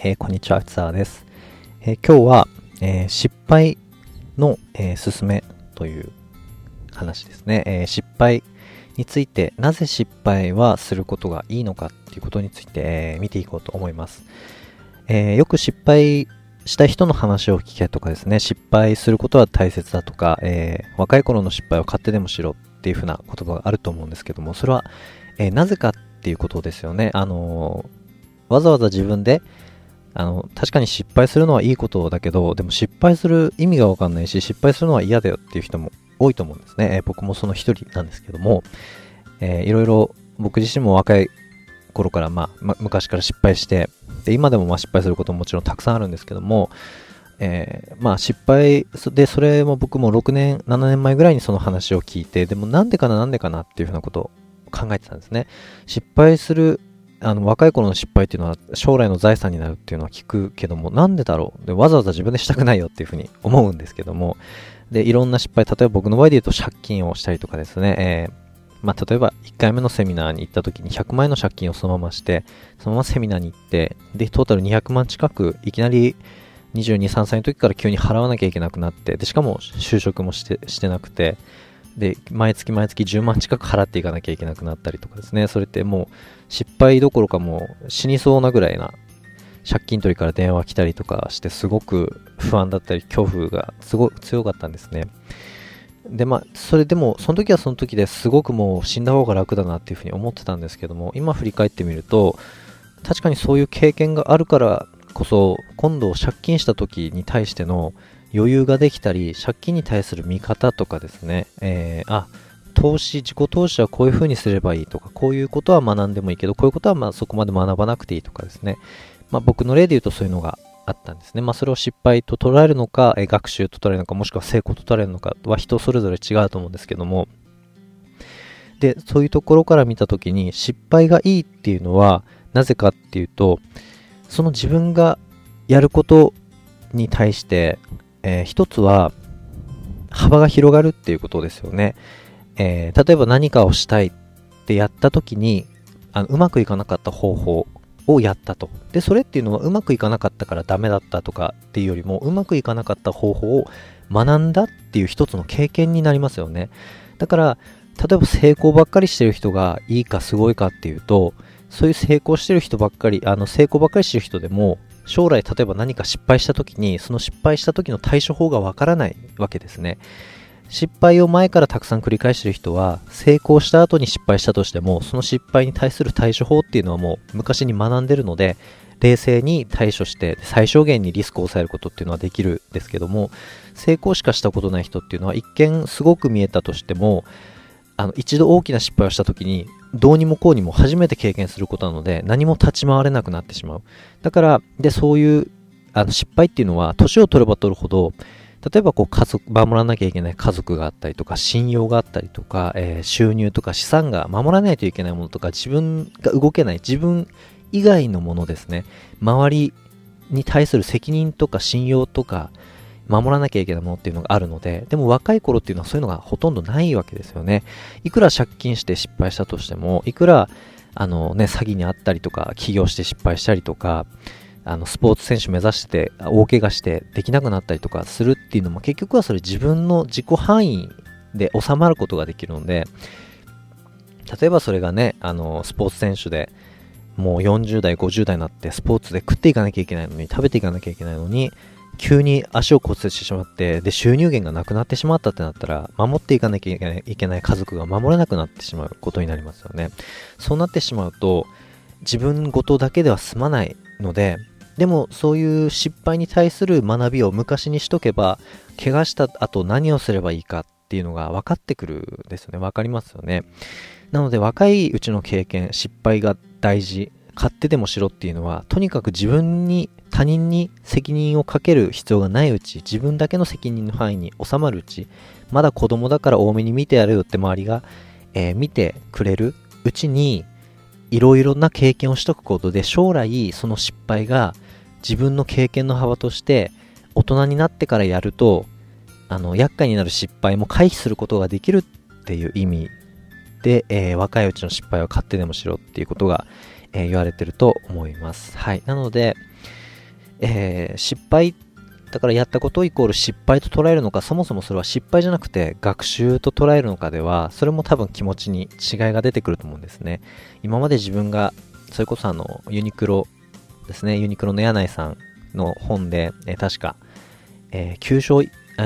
こんにちは、内澤です。今日は、失敗の、勧めという話ですね。失敗について、なぜ失敗はすることがいいのかっていうことについて、見ていこうと思います。よく失敗した人の話を聞けとかですね、失敗することは大切だとか、若い頃の失敗を勝手でもしろっていうふうな言葉があると思うんですけども、それは、なぜかっていうことですよね。わざわざ自分で確かに失敗するのはいいことだけど、でも失敗する意味がわかんないし、失敗するのは嫌だよっていう人も多いと思うんですね。僕もその一人なんですけども、いろいろ僕自身も若い頃から、昔から失敗して、で今でも失敗することももちろんたくさんあるんですけども、失敗で、それも僕も6年、7年前ぐらいにその話を聞いて、でもなんでかなっていうふうなことを考えてたんですね。失敗する若い頃の失敗っていうのは将来の財産になるっていうのは聞くけども、なんでだろうで、わざわざ自分でしたくないよっていうふうに思うんですけども、でいろんな失敗、例えば僕の場合で言うと借金をしたりとかですね、例えば1回目のセミナーに行った時に100万円の借金をそのままして、そのままセミナーに行って、でトータル200万近くいきなり22、3歳の時から急に払わなきゃいけなくなって、でしかも就職もしてなくて、で毎月10万近く払っていかなきゃいけなくなったりとかですね。それってもう失敗どころかもう死にそうなぐらいな借金取りから電話来たりとかして、すごく不安だったり恐怖がすごく強かったんですね。でそれでもその時はその時ですごくもう死んだ方が楽だなっていうふうに思ってたんですけども、今振り返ってみると確かにそういう経験があるからこそ、今度借金した時に対しての余裕ができたり、借金に対する見方とかですね、自己投資はこういう風にすればいいとか、こういうことは学んでもいいけど、こういうことはそこまで学ばなくていいとかですね。僕の例で言うとそういうのがあったんですね。それを失敗と捉えるのか、学習と捉えるのか、もしくは成功と捉えるのかは人それぞれ違うと思うんですけども、で、そういうところから見たときに失敗がいいっていうのはなぜかっていうと、その自分がやることに対して、一つは幅が広がるっていうことですよね。例えば何かをしたいってやった時にうまくいかなかった方法をやったと。でそれっていうのはうまくいかなかったからダメだったとかっていうよりも、うまくいかなかった方法を学んだっていう一つの経験になりますよね。だから例えば成功ばっかりしてる人がいいかすごいかっていうと、そういう成功してる人ばっかり成功ばっかりしてる人でも、将来例えば何か失敗した時にその失敗した時の対処法がわからないわけですね。失敗を前からたくさん繰り返している人は、成功した後に失敗したとしても、その失敗に対する対処法っていうのはもう昔に学んでるので、冷静に対処して最小限にリスクを抑えることっていうのはできるんですけども、成功しかしたことない人っていうのは一見すごく見えたとしても、一度大きな失敗をした時にどうにもこうにも初めて経験することなので、何も立ち回れなくなってしまう。だからそういう失敗っていうのは年を取れば取るほど、例えば守らなきゃいけない家族があったりとか、信用があったりとか、収入とか資産が守らないといけないものとか、自分が動けない自分以外のものですね、周りに対する責任とか信用とか守らなきゃいけないものっていうのがあるので、でも若い頃っていうのはそういうのがほとんどないわけですよね。いくら借金して失敗したとしても、いくら詐欺にあったりとか、起業して失敗したりとか、スポーツ選手目指して大怪我してできなくなったりとかするっていうのも、結局はそれ自分の自己範囲で収まることができるので、例えばそれがね、スポーツ選手でもう40代50代になってスポーツで食っていかなきゃいけないのに、食べていかなきゃいけないのに、急に足を骨折してしまって、で収入源がなくなってしまったってなったら、守っていかなきゃいけない家族が守れなくなってしまうことになりますよね。そうなってしまうと自分ごとだけでは済まないので、でもそういう失敗に対する学びを昔にしとけば、怪我した後何をすればいいかっていうのが分かってくるですよね。分かりますよね。なので若いうちの経験、失敗が大事、勝手でもしろっていうのは、とにかく自分に他人に責任をかける必要がないうち、自分だけの責任の範囲に収まるうち、まだ子供だから多めに見てやるよって周りが、見てくれるうちに、いろいろな経験をしとくことで、将来その失敗が自分の経験の幅として大人になってからやると、厄介になる失敗も回避することができるっていう意味で、若いうちの失敗は勝手でもしろっていうことが、言われてると思います。はい。なので失敗だからやったことイコール失敗と捉えるのか、そもそもそれは失敗じゃなくて学習と捉えるのかでは、それも多分気持ちに違いが出てくると思うんですね。今まで自分がそれこそユニクロですね、ユニクロの柳井さんの本で、確か、9勝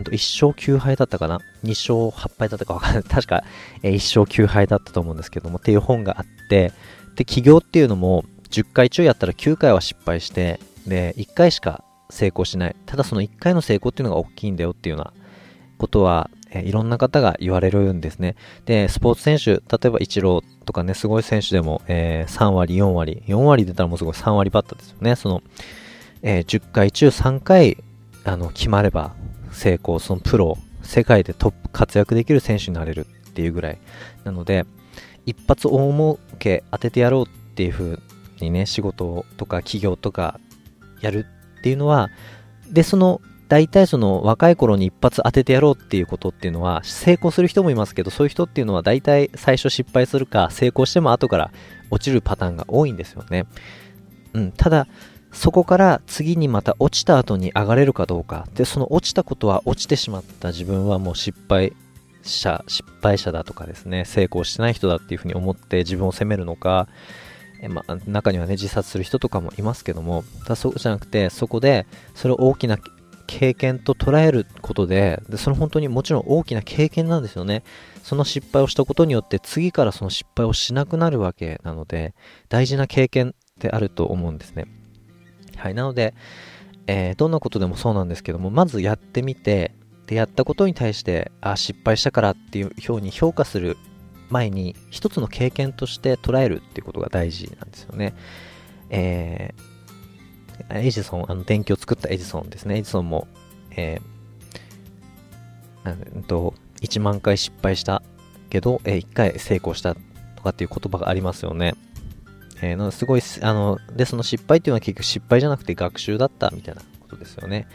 1勝9敗だったかな、2勝8敗だったか分かんない、確か、1勝9敗だったと思うんですけどもっていう本があって、で起業っていうのも10回中やったら9回は失敗して、で1回しか成功しない。ただその1回の成功っていうのが大きいんだよっていうようなことは、いろんな方が言われるんですね。で、スポーツ選手、例えばイチローとかね、すごい選手でも、3割、4割、4割出たらもうすごい3割バッターですよね。10回中3回、決まれば成功、そのプロ、世界でトップ活躍できる選手になれるっていうぐらい。なので、一発大儲け当ててやろうっていう風にね、仕事とか企業とかやるっていうのは、で、大体若い頃に一発当ててやろうっていうことっていうのは、成功する人もいますけど、そういう人っていうのは大体最初失敗するか、成功しても後から落ちるパターンが多いんですよね。ただ、そこから次にまた落ちた後に上がれるかどうか。で、その落ちたことは落ちてしまった自分はもう失敗者だとかですね、成功してない人だっていうふうに思って自分を責めるのか、中にはね、自殺する人とかもいますけども、そうじゃなくて、そこで、それを大きな経験と捉えることで、その本当にもちろん大きな経験なんですよね。その失敗をしたことによって、次からその失敗をしなくなるわけなので、大事な経験であると思うんですね。はい、なので、どんなことでもそうなんですけども、まずやってみて、で、やったことに対して、失敗したからっていうふうに評価する前に一つの経験として捉えるっていうことが大事なんですよね。エジソン、電気を作ったエジソンですね。エジソンも、1万回失敗したけど、1回成功したとかっていう言葉がありますよね。なのですごい、で、その失敗っていうのは結局失敗じゃなくて学習だったみたいなことですよね。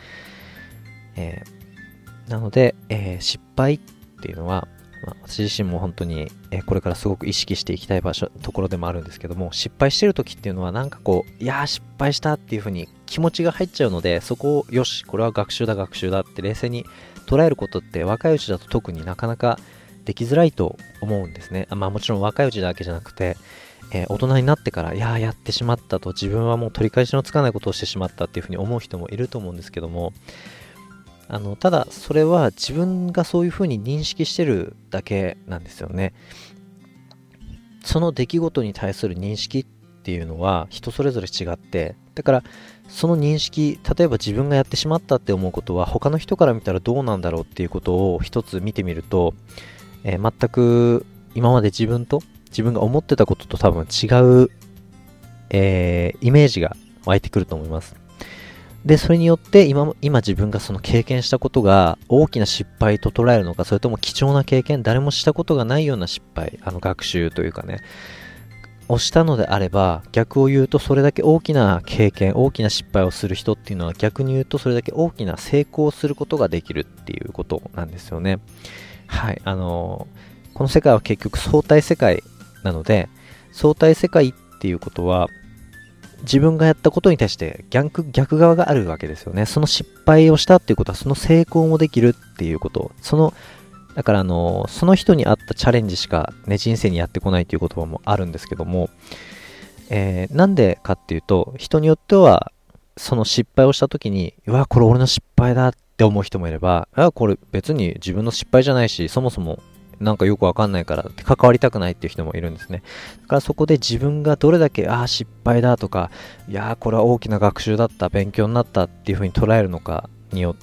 なので、失敗っていうのは、私自身も本当に、これからすごく意識していきたいところでもあるんですけども、失敗してる時っていうのはなんかいやー失敗したっていう風に気持ちが入っちゃうので、そこをよし、これは学習だって冷静に捉えることって若いうちだと特になかなかできづらいと思うんですね。もちろん若いうちだけじゃなくて、大人になってからやってしまったと、自分はもう取り返しのつかないことをしてしまったっていう風に思う人もいると思うんですけども、ただそれは自分がそういう風に認識してるだけなんですよね。その出来事に対する認識っていうのは人それぞれ違って、だからその認識、例えば自分がやってしまったって思うことは他の人から見たらどうなんだろうっていうことを一つ見てみると、全く今まで自分が思ってたことと多分違う、イメージが湧いてくると思います。で、それによって今自分がその経験したことが大きな失敗と捉えるのか、それとも貴重な経験、誰もしたことがないような失敗、学習というかね、をしたのであれば、逆を言うとそれだけ大きな経験、大きな失敗をする人っていうのは逆に言うとそれだけ大きな成功をすることができるっていうことなんですよね。はい、この世界は結局相対世界なので、相対世界っていうことは、自分がやったことに対して逆側があるわけですよね。その失敗をしたっていうことはその成功もできるっていうこと。だからその人に合ったチャレンジしかね、人生にやってこないっていう言葉もあるんですけども、なんでかっていうと、人によってはその失敗をした時に、これ俺の失敗だって思う人もいれば、これ別に自分の失敗じゃないし、そもそもなんかよくわかんないからって関わりたくないっていう人もいるんですね。だからそこで自分がどれだけ失敗だとか、これは大きな学習だった、勉強になったっていう風に捉えるのかによって、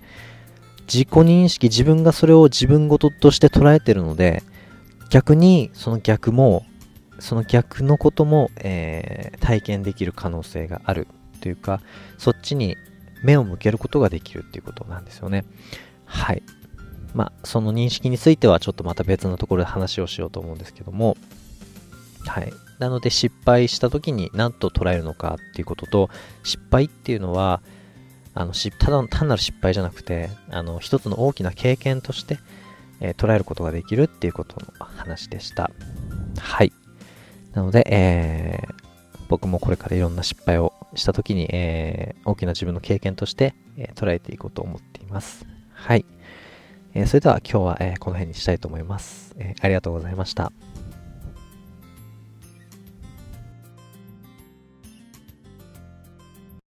自己認識、自分がそれを自分事として捉えてるので、逆にその逆のことも、体験できる可能性があるというか、そっちに目を向けることができるっていうことなんですよね。はい。その認識についてはちょっとまた別のところで話をしようと思うんですけども、はい。なので失敗した時に何と捉えるのかっていうことと、失敗っていうのは、単なる失敗じゃなくて、一つの大きな経験として、捉えることができるっていうことの話でした。はい。なので、僕もこれからいろんな失敗をした時に、大きな自分の経験として、捉えていこうと思っています。はい。それでは今日は、この辺にしたいと思います。ありがとうございました。